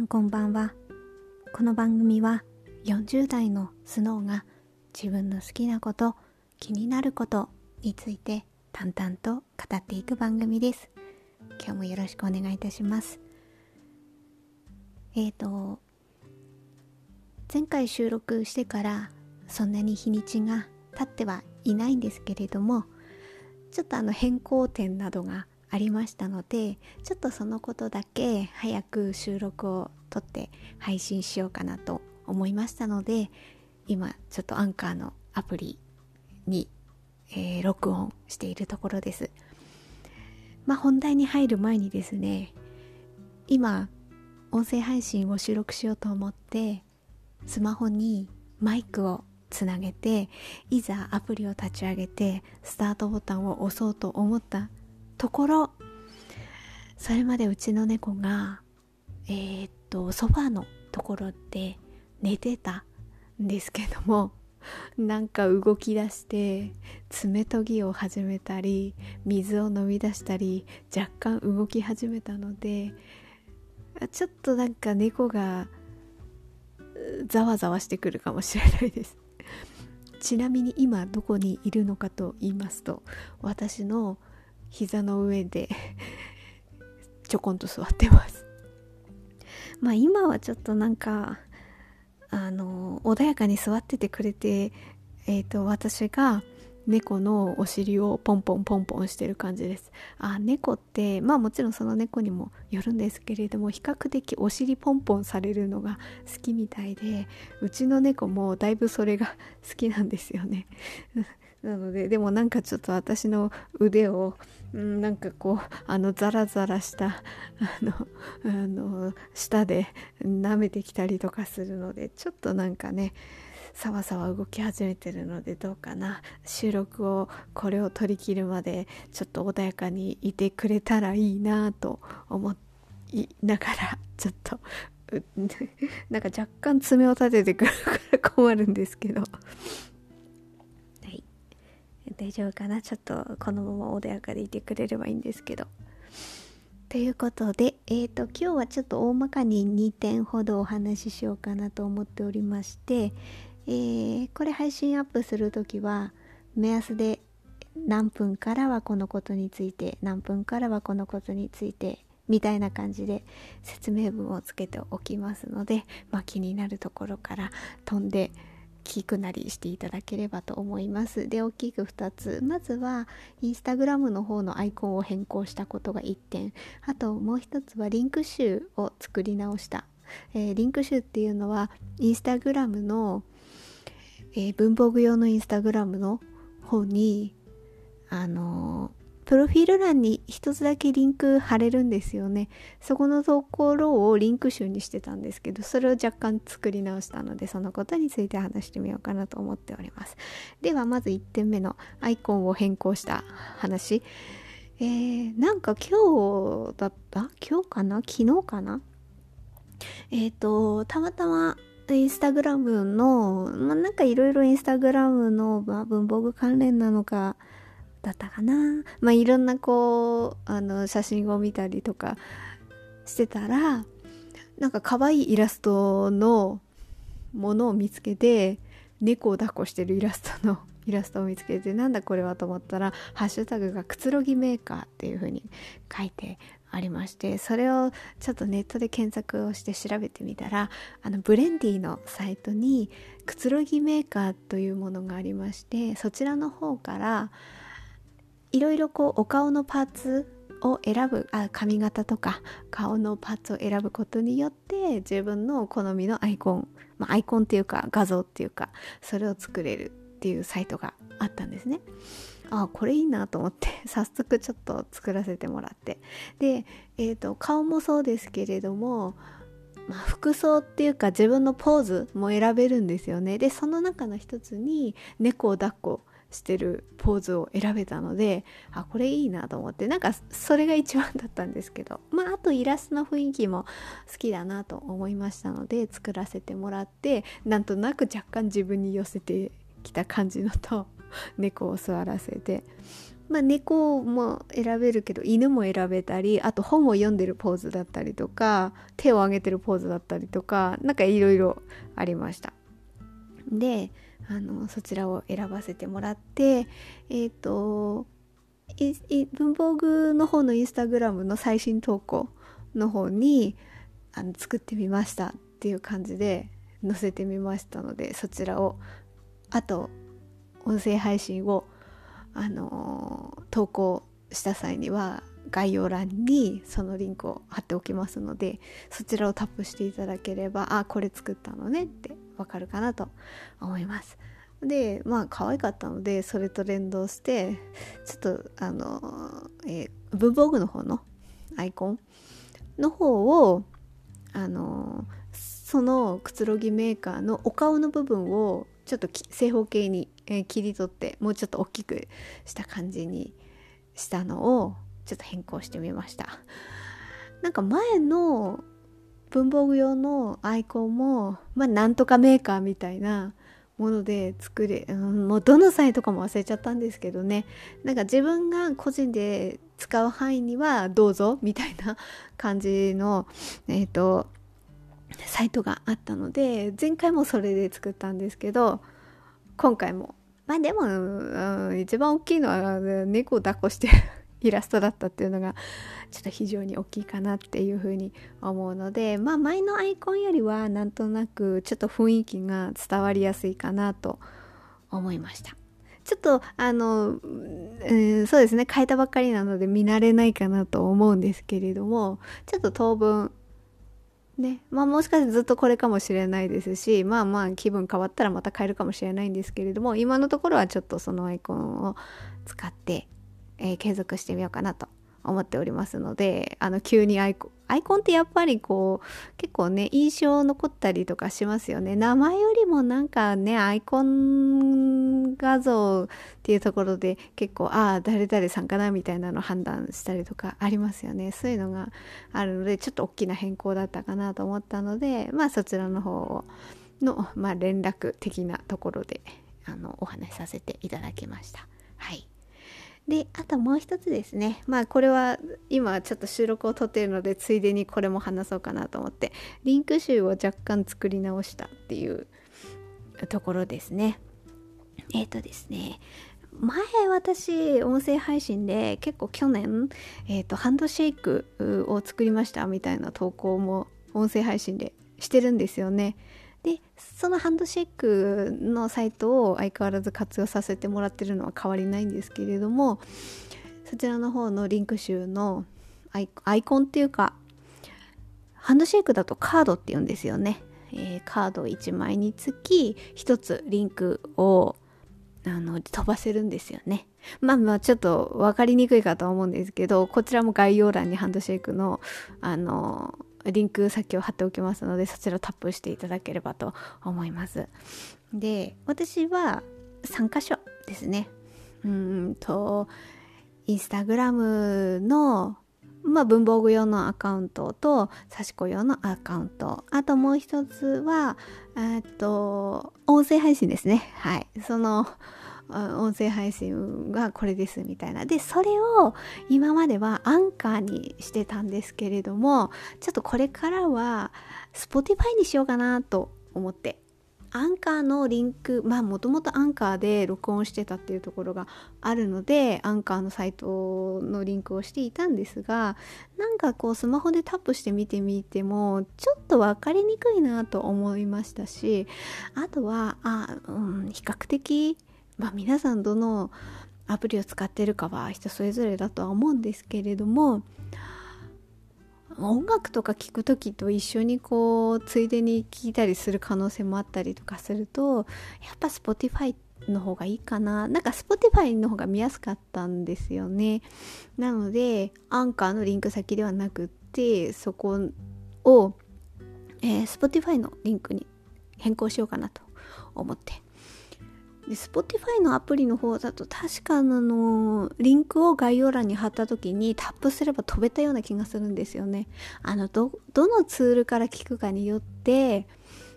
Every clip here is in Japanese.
こんばんは。この番組は40代のスノーが自分の好きなこと、気になることについて淡々と語っていく番組です。今日もよろしくお願いいたします。前回収録してからそんなに日にちが経ってはいないんですけれども、ちょっと変更点などがありましたので、ちょっとそのことだけ早く収録を撮って配信しようかなと思いましたので、今ちょっとアンカーのアプリに、録音しているところです。本題に入る前にですね、今音声配信を収録しようと思ってスマホにマイクをつなげて、いざアプリを立ち上げてスタートボタンを押そうと思ったところ、それまでうちの猫がソファーのところで寝てたんですけども、なんか動き出して爪研ぎを始めたり水を飲み出したり若干動き始めたので、ちょっとなんか猫がざわざわしてくるかもしれないです。ちなみに今どこにいるのかと言いますと、私の膝の上でちょこんと座ってます。今はちょっとなんか穏やかに座っててくれて、私が猫のお尻をポンポンポンポンしてる感じです。猫ってもちろんその猫にもよるんですけれども、比較的お尻ポンポンされるのが好きみたいで、うちの猫もだいぶそれが好きなんですよね。なので、でもなんかちょっと私の腕をなんかこうザラザラした舌で舐めてきたりとかするので、ちょっとなんかねさわさわ動き始めてるので、どうかな、収録をこれを取り切るまでちょっと穏やかにいてくれたらいいなと思いながら、ちょっとなんか若干爪を立ててくるから困るんですけど、大丈夫かな。ちょっとこのまま穏やかでいてくれればいいんですけど。ということで、今日はちょっと大まかに2点ほどお話ししようかなと思っておりまして、これ配信アップするときは目安で何分からはこのことについて、何分からはこのことについてみたいな感じで説明文をつけておきますので、気になるところから飛んで聞くなりしていただければと思います。で、大きく2つ。まずはインスタグラムの方のアイコンを変更したことが1点。あともう1つはリンク集を作り直した。リンク集っていうのはインスタグラムの、文房具用のインスタグラムの方にプロフィール欄に一つだけリンク貼れるんですよね。そこのところをリンク集にしてたんですけど、それを若干作り直したので、そのことについて話してみようかなと思っております。ではまず1点目のアイコンを変更した話。なんか今日かな昨日かなたまたまインスタグラムのなんかいろいろインスタグラムの、文房具関連なのかだったかな、いろんな写真を見たりとかしてたら、なんか可愛いイラストのものを見つけて、猫を抱っこしてるイラストを見つけて、なんだこれはと思ったら、ハッシュタグがくつろぎメーカーっていう風に書いてありまして、それをちょっとネットで検索をして調べてみたら、ブレンディのサイトにくつろぎメーカーというものがありまして、そちらの方からいろいろお顔のパーツを選ぶ、髪型とか顔のパーツを選ぶことによって自分の好みのアイコン、アイコンっていうか画像っていうか、それを作れるっていうサイトがあったんですね。これいいなと思って早速ちょっと作らせてもらって、で、顔もそうですけれども、服装っていうか自分のポーズも選べるんですよね。で、その中の一つに猫を抱っこしてるポーズを選べたので、これいいなと思って、なんかそれが一番だったんですけど、あとイラストの雰囲気も好きだなと思いましたので作らせてもらって、なんとなく若干自分に寄せてきた感じのと猫を座らせて、 猫も選べるけど犬も選べたり、あと本を読んでるポーズだったりとか、手を上げてるポーズだったりとか、なんかいろいろありました。でそちらを選ばせてもらって、文房具の方のインスタグラムの最新投稿の方に作ってみましたっていう感じで載せてみましたので、そちらを、あと音声配信を投稿した際には概要欄にそのリンクを貼っておきますので、そちらをタップしていただければ、これ作ったのねってわかるかなと思います。で可愛かったので、それと連動してちょっと文房具の方のアイコンの方をそのくつろぎメーカーのお顔の部分をちょっと正方形に切り取って、もうちょっと大きくした感じにしたのをちょっと変更してみました。なんか前の文房具用のアイコンもなんとかメーカーみたいなもので作れ、もうどのサイトかも忘れちゃったんですけどね、なんか自分が個人で使う範囲にはどうぞみたいな感じのサイトがあったので、前回もそれで作ったんですけど、今回もでも、一番大きいのは猫を抱っこしてるイラストだったっていうのがちょっと非常に大きいかなっていうふうに思うので、前のアイコンよりはなんとなくちょっと雰囲気が伝わりやすいかなと思いました。ちょっとそうですね、変えたばっかりなので見慣れないかなと思うんですけれども、ちょっと当分ね、もしかしてずっとこれかもしれないですし、気分変わったらまた変えるかもしれないんですけれども、今のところはちょっとそのアイコンを使って継続してみようかなと思っておりますので、急にアイコンってやっぱりこう結構ね印象残ったりとかしますよね。名前よりもなんかね、アイコン画像っていうところで結構誰々さんかなみたいなの判断したりとかありますよね。そういうのがあるので、ちょっと大きな変更だったかなと思ったので、そちらの方の連絡的なところでお話しさせていただきました。はい。で、あともう一つですね。これは今ちょっと収録を撮っているので、ついでにこれも話そうかなと思って、リンク集を若干作り直したっていうところですね。ですね、前私音声配信で結構去年、ハンドシェイクを作りましたみたいな投稿も音声配信でしてるんですよね。で、そのハンドシェイクのサイトを相変わらず活用させてもらってるのは変わりないんですけれども、そちらの方のリンク集のアイコンっていうか、ハンドシェイクだとカードって言うんですよね。カード1枚につき1つリンクを飛ばせるんですよね。ちょっと分かりにくいかと思うんですけど、こちらも概要欄にハンドシェイクのリンク先を貼っておきますので、そちらをタップしていただければと思います。で、私は3箇所ですね。インスタグラムの文房具用のアカウントと刺し子用のアカウント、あともう一つは音声配信ですね。はい、その音声配信がこれですみたいな。で、それを今まではアンカーにしてたんですけれども、ちょっとこれからは Spotify にしようかなと思って、アンカーのリンク、もともとアンカーで録音してたっていうところがあるので、アンカーのサイトのリンクをしていたんですが、なんかこうスマホでタップして見てみてもちょっと分かりにくいなと思いましたし、あとは比較的皆さんどのアプリを使ってるかは人それぞれだとは思うんですけれども、音楽とか聴くときと一緒にこうついでに聴いたりする可能性もあったりとかすると、やっぱ Spotify の方がいいかな。なんか Spotify の方が見やすかったんですよね。なのでアンカーのリンク先ではなくって、そこを、Spotify のリンクに変更しようかなと思って、で Spotify のアプリの方だと確かリンクを概要欄に貼った時にタップすれば飛べたような気がするんですよね。どのツールから聞くかによって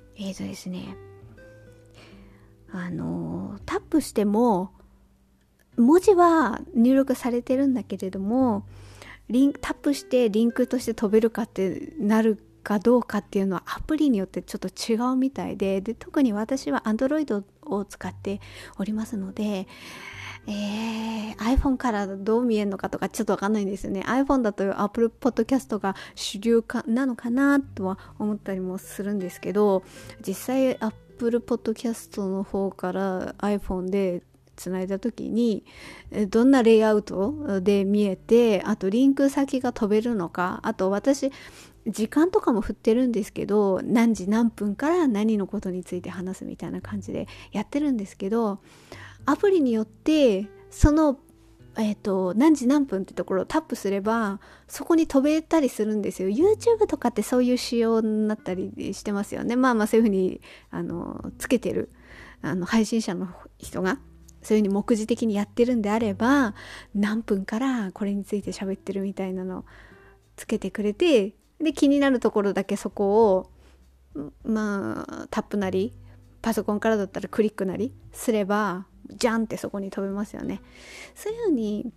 ですね、タップしても文字は入力されてるんだけれども、タップしてリンクとして飛べるかってなるかどうかっていうのはアプリによってちょっと違うみたいで、特に私は Android を使っておりますので、iPhone からどう見えるのかとかちょっとわかんないんですよね。iPhone だと Apple Podcast が主流なのかなとは思ったりもするんですけど、実際 Apple Podcast の方から iPhone でつないだ時にどんなレイアウトで見えて、あとリンク先が飛べるのか、あと私時間とかも振ってるんですけど、何時何分から何のことについて話すみたいな感じでやってるんですけど、アプリによってその何時何分ってところをタップすればそこに飛べたりするんですよ。 YouTube とかってそういう仕様になったりしてますよね。まあそういうふうにつけてる配信者の人がそういうふうに目次的にやってるんであれば、何分からこれについて喋ってるみたいなのをつけてくれて、で気になるところだけそこをタップなりパソコンからだったらクリックなりすればジャンってそこに飛べますよね。そういう風に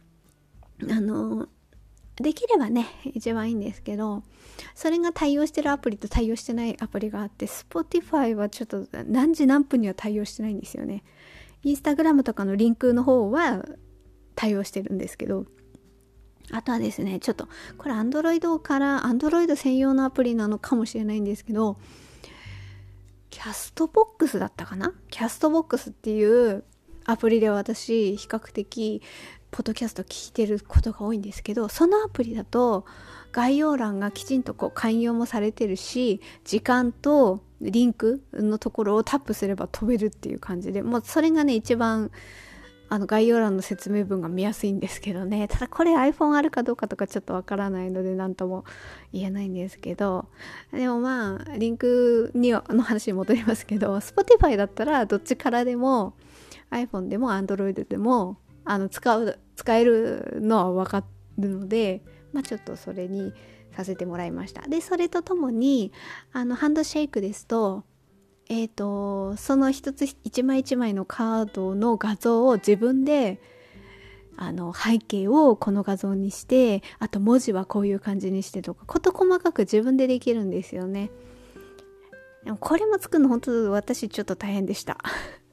できればね一番いいんですけど、それが対応してるアプリと対応してないアプリがあって、 Spotify はちょっと何時何分には対応してないんですよね。Instagram とかのリンクの方は対応してるんですけど、あとはですね、ちょっとこれ Android 専用のアプリなのかもしれないんですけど、キャストボックスだったかな、キャストボックスっていうアプリで私比較的ポッドキャスト聞いてることが多いんですけど、そのアプリだと概要欄がきちんと寛容もされてるし、時間とリンクのところをタップすれば飛べるっていう感じで、もうそれがね一番概要欄の説明文が見やすいんですけどね。ただこれ iPhone あるかどうかとかちょっとわからないので何とも言えないんですけど、でもリンクの話に戻りますけど、 Spotify だったらどっちからでも iPhone でも Android でも使えるのは分かるので、ちょっとそれにさせてもらいました。でそれとともにハンドシェイクですとその一枚一枚のカードの画像を自分で背景をこの画像にして、あと文字はこういう感じにしてとか、事細かく自分でできるんですよね。でもこれも作るの本当私ちょっと大変でした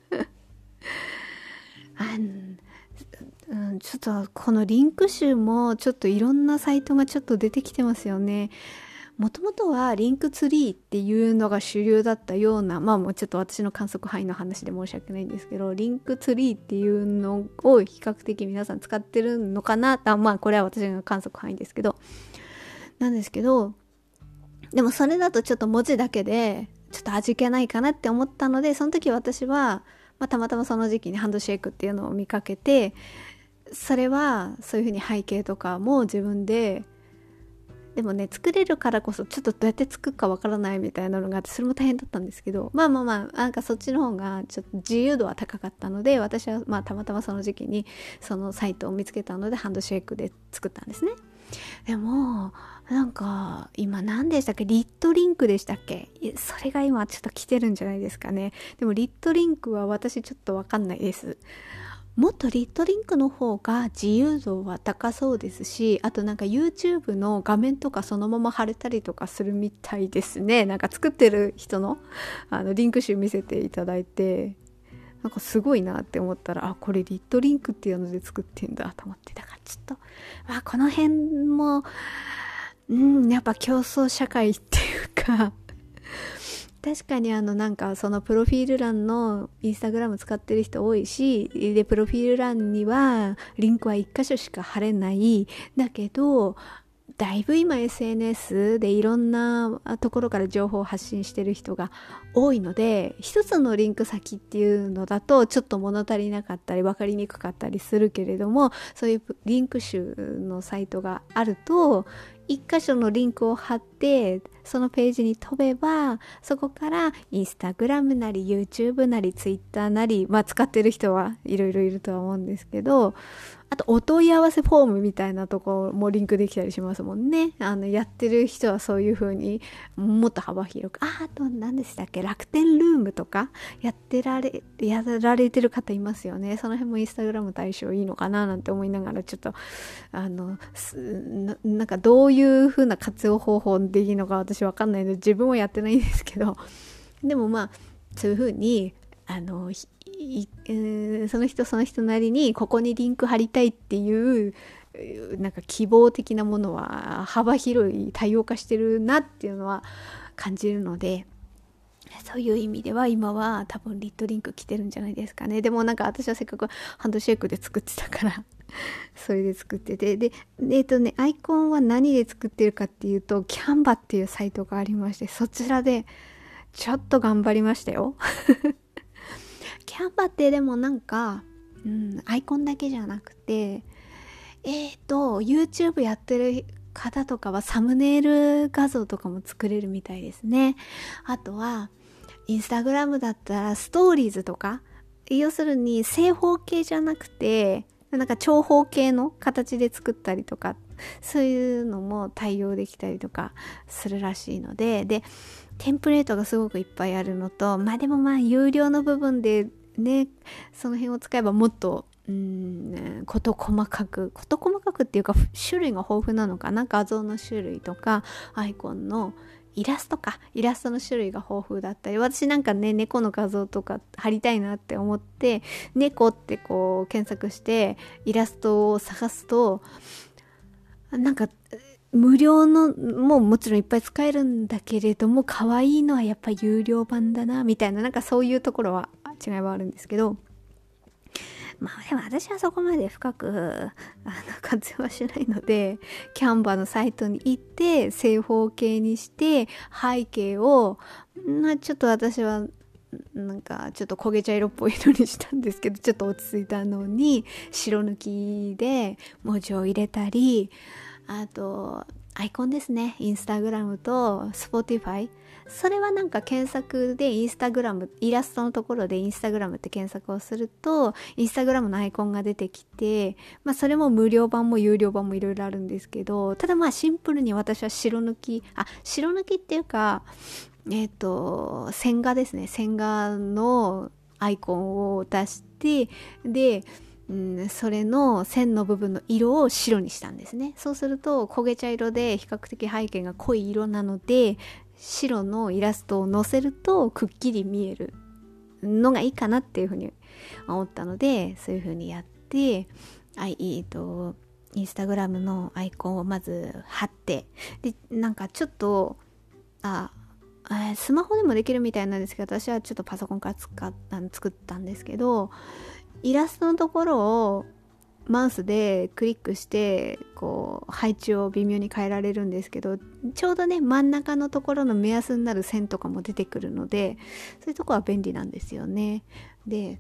ちょっとこのリンク集もちょっといろんなサイトがちょっと出てきてますよね。もともとはリンクツリーっていうのが主流だったような、もうちょっと私の観測範囲の話で申し訳ないんですけど、リンクツリーっていうのを比較的皆さん使ってるのかな、これは私の観測範囲ですけど、なんですけど、でもそれだとちょっと文字だけでちょっと味気ないかなって思ったので、その時私は、たまたまその時期にハンドシェイクっていうのを見かけて、それはそういう風に背景とかも自分でもね作れるからこそちょっとどうやって作るかわからないみたいなのがあって、それも大変だったんですけど、なんかそっちの方がちょっと自由度は高かったので、私はたまたまその時期にそのサイトを見つけたのでハンドシェイクで作ったんですね。でもなんか今何でしたっけ、リットリンクでしたっけ、それが今ちょっと来てるんじゃないですかね。でもリットリンクは私ちょっとわかんないです。もっとリットリンクの方が自由度は高そうですし、あとなんか YouTube の画面とかそのまま貼れたりとかするみたいですね。なんか作ってる人のリンク集見せていただいて、なんかすごいなって思ったら、これリットリンクっていうので作ってんだと思って、だからちょっとこの辺もやっぱ競争社会っていうか確かになんかそのプロフィール欄のインスタグラム使ってる人多いし、でプロフィール欄にはリンクは1箇所しか貼れないだけど、だいぶ今 SNS でいろんなところから情報を発信してる人が多いので、一つのリンク先っていうのだとちょっと物足りなかったり分かりにくかったりするけれども、そういうリンク集のサイトがあると1箇所のリンクを貼っでそのページに飛べば、そこからインスタグラムなり YouTube なり Twitter なり、使ってる人はいろいろいるとは思うんですけど、あとお問い合わせフォームみたいなとこもリンクできたりしますもんね。やってる人はそういう風にもっと幅広く、あと何でしたっけ、楽天ルームとかやられてる方いますよね。その辺もインスタグラムと相性いいのかななんて思いながら、ちょっとなんかどういう風な活用方法でいいのか私わかんないので、自分はやってないんですけど、でもそういう風にその人その人なりにここにリンク貼りたいっていうなんか希望的なものは幅広い多様化してるなっていうのは感じるので、そういう意味では今は多分リットリンク来てるんじゃないですかね。でもなんか私はせっかくハンドシェイクで作ってたからそれで作ってて、でアイコンは何で作ってるかっていうと、キャンバっていうサイトがありまして、そちらでちょっと頑張りましたよキャンバってでもなんか、アイコンだけじゃなくて、YouTube やってる方とかはサムネイル画像とかも作れるみたいですね。あとはインスタグラムだったらストーリーズとか、要するに正方形じゃなくてなんか長方形の形で作ったりとか、そういうのも対応できたりとかするらしいので、テンプレートがすごくいっぱいあるのと、でも有料の部分でね、その辺を使えばもっと事細かくっていうか、種類が豊富なのかな。画像の種類とかアイコンのイラストの種類が豊富だったり、私なんかね、猫の画像とか貼りたいなって思って、猫ってこう検索してイラストを探すと、なんか無料のもちろんいっぱい使えるんだけれども、可愛いのはやっぱ有料版だなみたいな、なんかそういうところは違いはあるんですけど、でも私はそこまで深く活用はしないので、キャンバのサイトに行って正方形にして背景をちょっと私はなんかちょっと焦げ茶色っぽい色にしたんですけど、ちょっと落ち着いたのに白抜きで文字を入れたり、あとアイコンですね、インスタグラムと Spotify、 それはなんか検索でインスタグラム、イラストのところでインスタグラムって検索をするとインスタグラムのアイコンが出てきて、それも無料版も有料版もいろいろあるんですけど、ただシンプルに私は白抜きっていうか線画ですね、線画のアイコンを出して、でそれの線の部分の色を白にしたんですね。そうすると焦げ茶色で比較的背景が濃い色なので、白のイラストを載せるとくっきり見えるのがいいかなっていうふうに思ったので、そういうふうにやって、インスタグラムのアイコンをまず貼って、でなんかちょっとスマホでもできるみたいなんですけど、私はちょっとパソコンから作ったんですけど、イラストのところをマウスでクリックしてこう配置を微妙に変えられるんですけど、ちょうどね真ん中のところの目安になる線とかも出てくるので、そういうところは便利なんですよね。で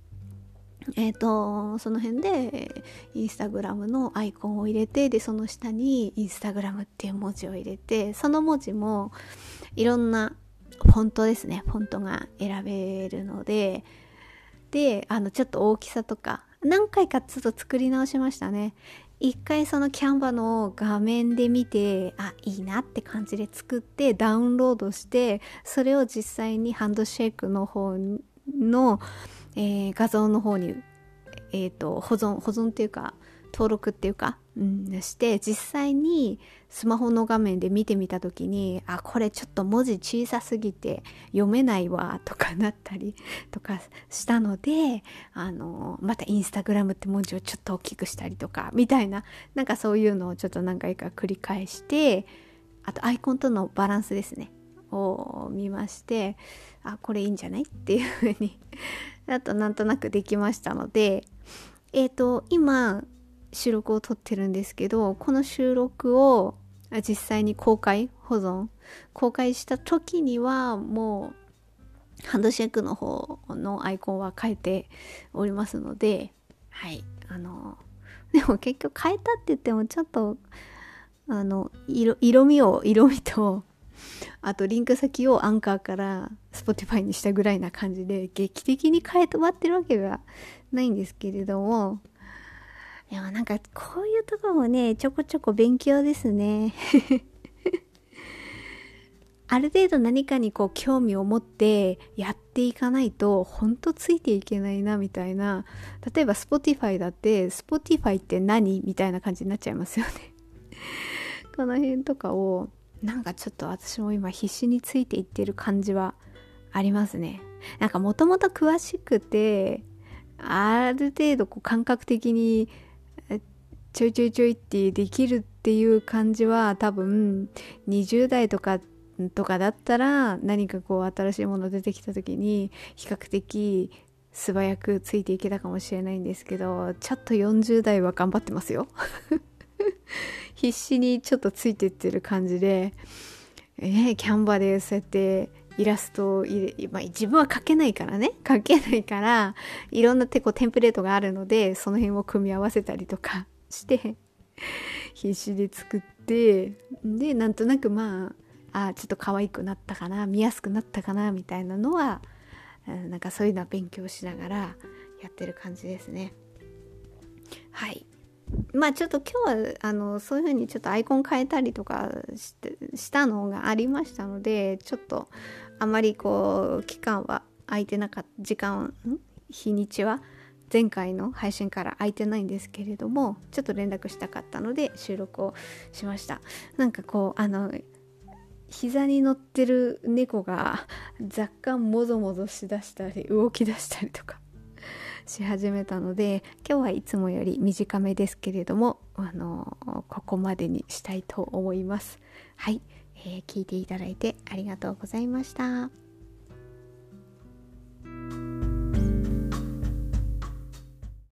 その辺でインスタグラムのアイコンを入れて、でその下にインスタグラムっていう文字を入れて、その文字もいろんなフォントですね、フォントが選べるので、ちょっと大きさとか何回かちょっと作り直しましたね。一回そのキャンバの画面で見て、いいなって感じで作ってダウンロードして、それを実際にハンドシェイクの方の、画像の方に、保存っていうか登録っていうか、して、実際にスマホの画面で見てみたときに、これちょっと文字小さすぎて読めないわとかなったりとかしたので、またインスタグラムって文字をちょっと大きくしたりとかみたいな、なんかそういうのをちょっと何回か繰り返して、あとアイコンとのバランスですねを見まして、これいいんじゃないっていう風にあとなんとなくできましたので、今収録を撮ってるんですけど、この収録を実際に公開した時にはもうハンドシェイクの方のアイコンは変えておりますので、はい、でも結局変えたって言ってもちょっと色味と、あとリンク先をアンカーから Spotify にしたぐらいな感じで、劇的に変えて終わってるわけがないんですけれども、でもなんかこういうところもね、ちょこちょこ勉強ですね。ある程度何かにこう興味を持ってやっていかないとほんとついていけないなみたいな。例えば Spotify だって Spotify って何みたいな感じになっちゃいますよね。この辺とかをなんかちょっと私も今必死についていってる感じはありますね。なんかもともと詳しくてある程度こう感覚的にちょいってできるっていう感じは多分20代とかだったら何かこう新しいもの出てきた時に比較的素早くついていけたかもしれないんですけど、ちょっと40代は頑張ってますよ。必死にちょっとついていってる感じで、キャンバでそうやってイラストを自分は描けないからいろんなテンプレートがあるので、その辺を組み合わせたりとかして必死で作って、でなんとなくちょっと可愛くなったかな、見やすくなったかなみたいなのは、なんかそういうのは勉強しながらやってる感じですね。はい。ちょっと今日はそういう風にちょっとアイコン変えたりとかしたのがありましたので、ちょっとあまりこう期間は空いてなかった日にちは前回の配信から空いてないんですけれども、ちょっと連絡したかったので収録をしました。なんかこう膝に乗ってる猫が若干もぞもぞしだしたり動き出したりとかし始めたので、今日はいつもより短めですけれどもここまでにしたいと思います。はい、聞いていただいてありがとうございました。